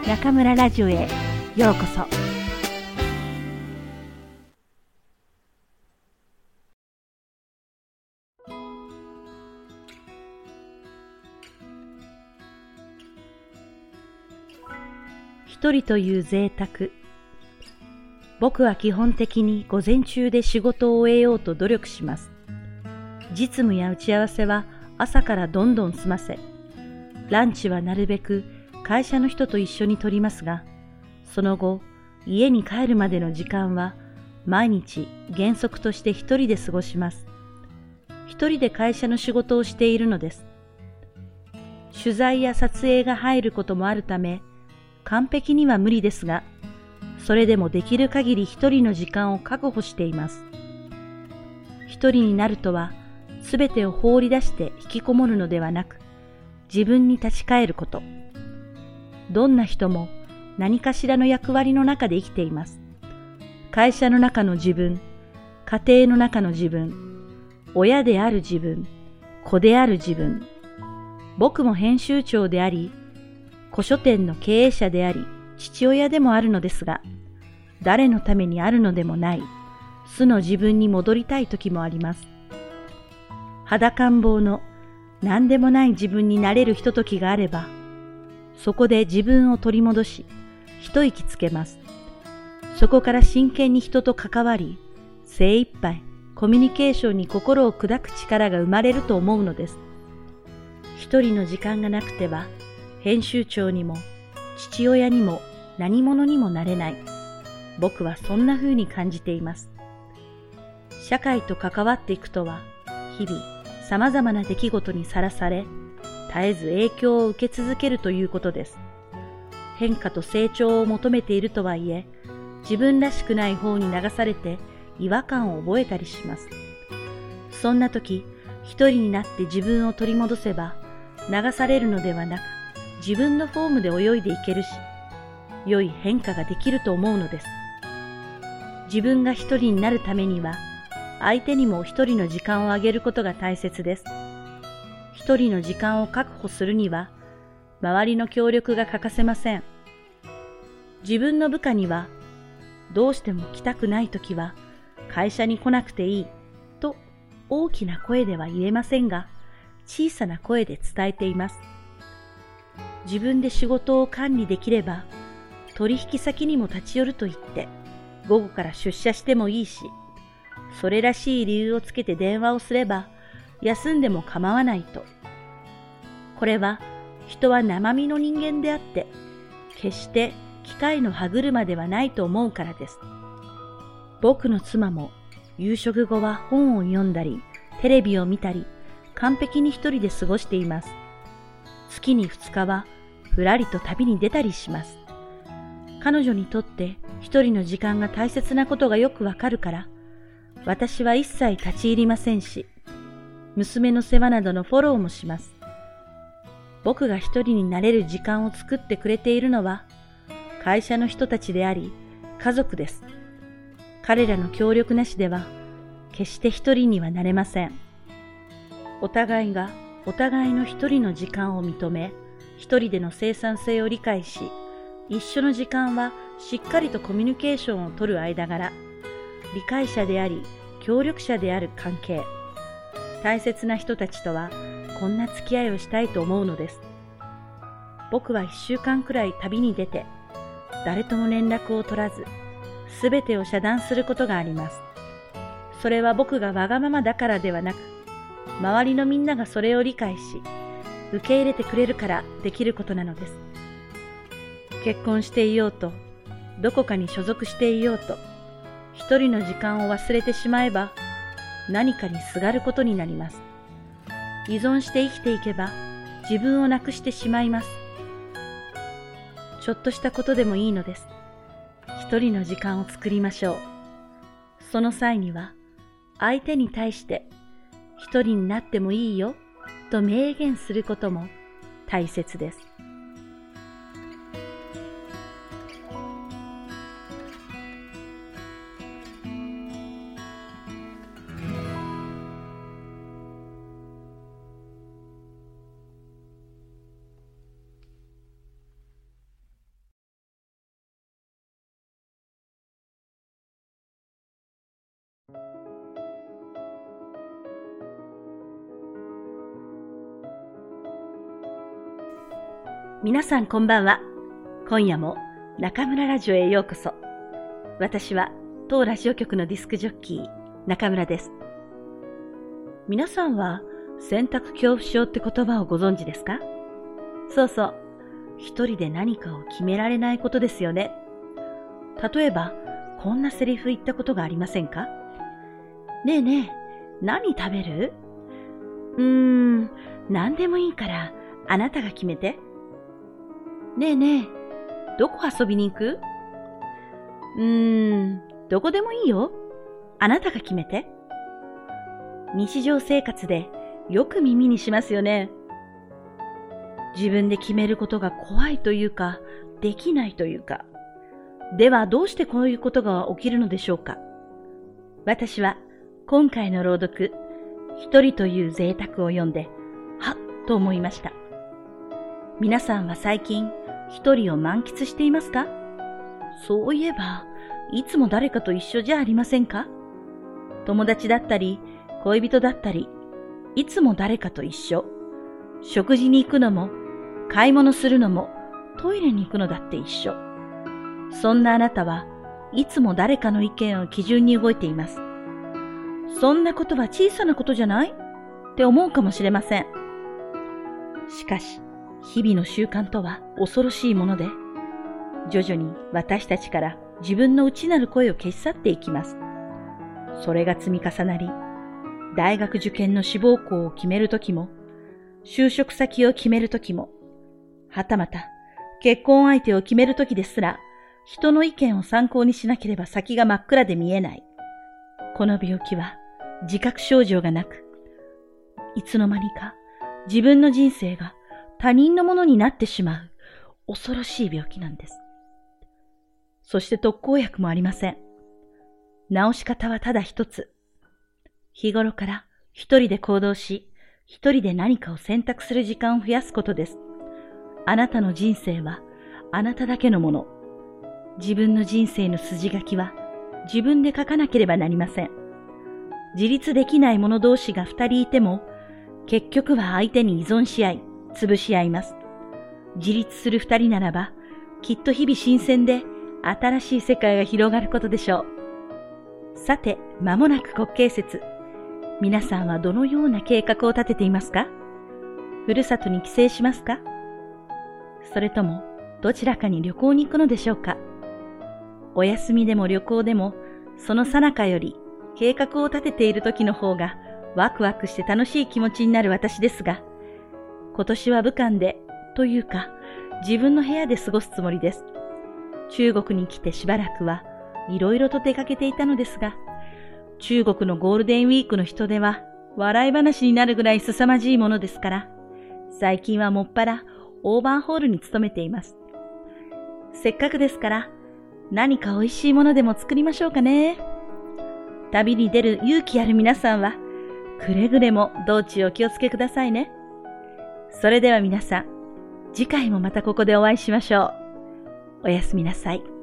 中村ラジオへようこそ。一人という贅沢。僕は基本的に午前中で仕事を終えようと努力します。実務や打ち合わせは朝からどんどん済ませ、ランチはなるべく会社の人と一緒に取りますが、その後、家に帰るまでの時間は毎日原則として一人で過ごします。一人で会社の仕事をしているのです。取材や撮影が入ることもあるため、完璧には無理ですが、それでもできる限り一人の時間を確保しています。一人になるとは、すべてを放り出して引きこもるのではなく、自分に立ち返ること。どんな人も何かしらの役割の中で生きています。会社の中の自分、家庭の中の自分、親である自分、子である自分。僕も編集長であり、古書店の経営者であり、父親でもあるのですが、誰のためにあるのでもない、素の自分に戻りたい時もあります。裸ん坊の何でもない自分になれるひとときがあれば、そこで自分を取り戻し、一息つけます。そこから真剣に人と関わり、精一杯コミュニケーションに心を砕く力が生まれると思うのです。一人の時間がなくては、編集長にも父親にも何者にもなれない。僕はそんな風に感じています。社会と関わっていくとは、日々様々な出来事にさらされ、絶えず影響を受け続けるということです。変化と成長を求めているとはいえ、自分らしくない方に流されて違和感を覚えたりします。そんな時、一人になって自分を取り戻せば、流されるのではなく、自分のフォームで泳いでいけるし、良い変化ができると思うのです。自分が一人になるためには、相手にも一人の時間をあげることが大切です。一人の時間を確保するには、周りの協力が欠かせません。自分の部下には、どうしても来たくないときは、会社に来なくていい、と大きな声では言えませんが、小さな声で伝えています。自分で仕事を管理できれば、取引先にも立ち寄ると言って、午後から出社してもいいし、それらしい理由をつけて電話をすれば、休んでも構わないと。これは、人は生身の人間であって、決して機械の歯車ではないと思うからです。僕の妻も、夕食後は本を読んだり、テレビを見たり、完璧に一人で過ごしています。月に2日は、ふらりと旅に出たりします。彼女にとって一人の時間が大切なことがよくわかるから、私は一切立ち入りませんし、娘の世話などのフォローもします。僕が一人になれる時間を作ってくれているのは、会社の人たちであり、家族です。彼らの協力なしでは、決して一人にはなれません。お互いがお互いの一人の時間を認め、一人での生産性を理解し、一緒の時間はしっかりとコミュニケーションを取る間柄、理解者であり、協力者である関係。大切な人たちとは、こんな付き合いをしたいと思うのです。僕は1週間くらい旅に出て、誰とも連絡を取らず、すべてを遮断することがあります。それは僕がわがままだからではなく、周りのみんながそれを理解し、受け入れてくれるからできることなのです。結婚していようと、どこかに所属していようと、一人の時間を忘れてしまえば、何かにすがることになります。依存して生きていけば、自分をなくしてしまいます。ちょっとしたことでもいいのです。一人の時間を作りましょう。その際には、相手に対して、一人になってもいいよ、と明言することも大切です。 皆さんこんばんは。今夜も中村ラジオへようこそ。私は当ラジオ局のディスクジョッキー中村です。皆さんは選択恐怖症って言葉をご存知ですか？そうそう。一人で何かを決められないことですよね。例えば、こんなセリフ言ったことがありませんか？ねえねえ、何食べる？何でもいいからあなたが決めて。ねえねえ、どこ遊びに行く？どこでもいいよ。あなたが決めて。日常生活でよく耳にしますよね。自分で決めることが怖いというか、できないというか。ではどうしてこういうことが起きるのでしょうか。私は今回の朗読、一人という贅沢を読んで、はっと思いました。皆さんは最近一人を満喫していますか？そういえば、いつも誰かと一緒じゃありませんか？友達だったり、恋人だったり、いつも誰かと一緒。食事に行くのも、買い物するのも、トイレに行くのだって一緒。そんなあなたはいつも誰かの意見を基準に動いています。そんなことは小さなことじゃない？って思うかもしれません。しかし、日々の習慣とは恐ろしいもので、徐々に私たちから自分の内なる声を消し去っていきます。それが積み重なり、大学受験の志望校を決めるときも、就職先を決めるときも、はたまた結婚相手を決めるときですら、人の意見を参考にしなければ先が真っ暗で見えない。この病気は自覚症状がなく、いつの間にか自分の人生が他人のものになってしまう恐ろしい病気なんです。そして特効薬もありません。治し方はただ一つ。日頃から一人で行動し、一人で何かを選択する時間を増やすことです。あなたの人生はあなただけのもの。自分の人生の筋書きは自分で書かなければなりません。自立できない者同士が二人いても、結局は相手に依存し合い、潰し合います。自立する二人ならば、きっと日々新鮮で新しい世界が広がることでしょう。さて、間もなく国慶節。皆さんはどのような計画を立てていますか？ふるさとに帰省しますか？それとも、どちらかに旅行に行くのでしょうか？お休みでも旅行でも、その最中より計画を立てている時の方がワクワクして楽しい気持ちになる私ですが、今年は武漢で、というか自分の部屋で過ごすつもりです。中国に来てしばらくはいろいろと出かけていたのですが、中国のゴールデンウィークの人出は笑い話になるぐらい凄まじいものですから、最近はもっぱらオーバーホールに勤めています。せっかくですから何か美味しいものでも作りましょうかね。旅に出る勇気ある皆さんはくれぐれも道中お気をつけくださいね。それでは皆さん、次回もまたここでお会いしましょう。おやすみなさい。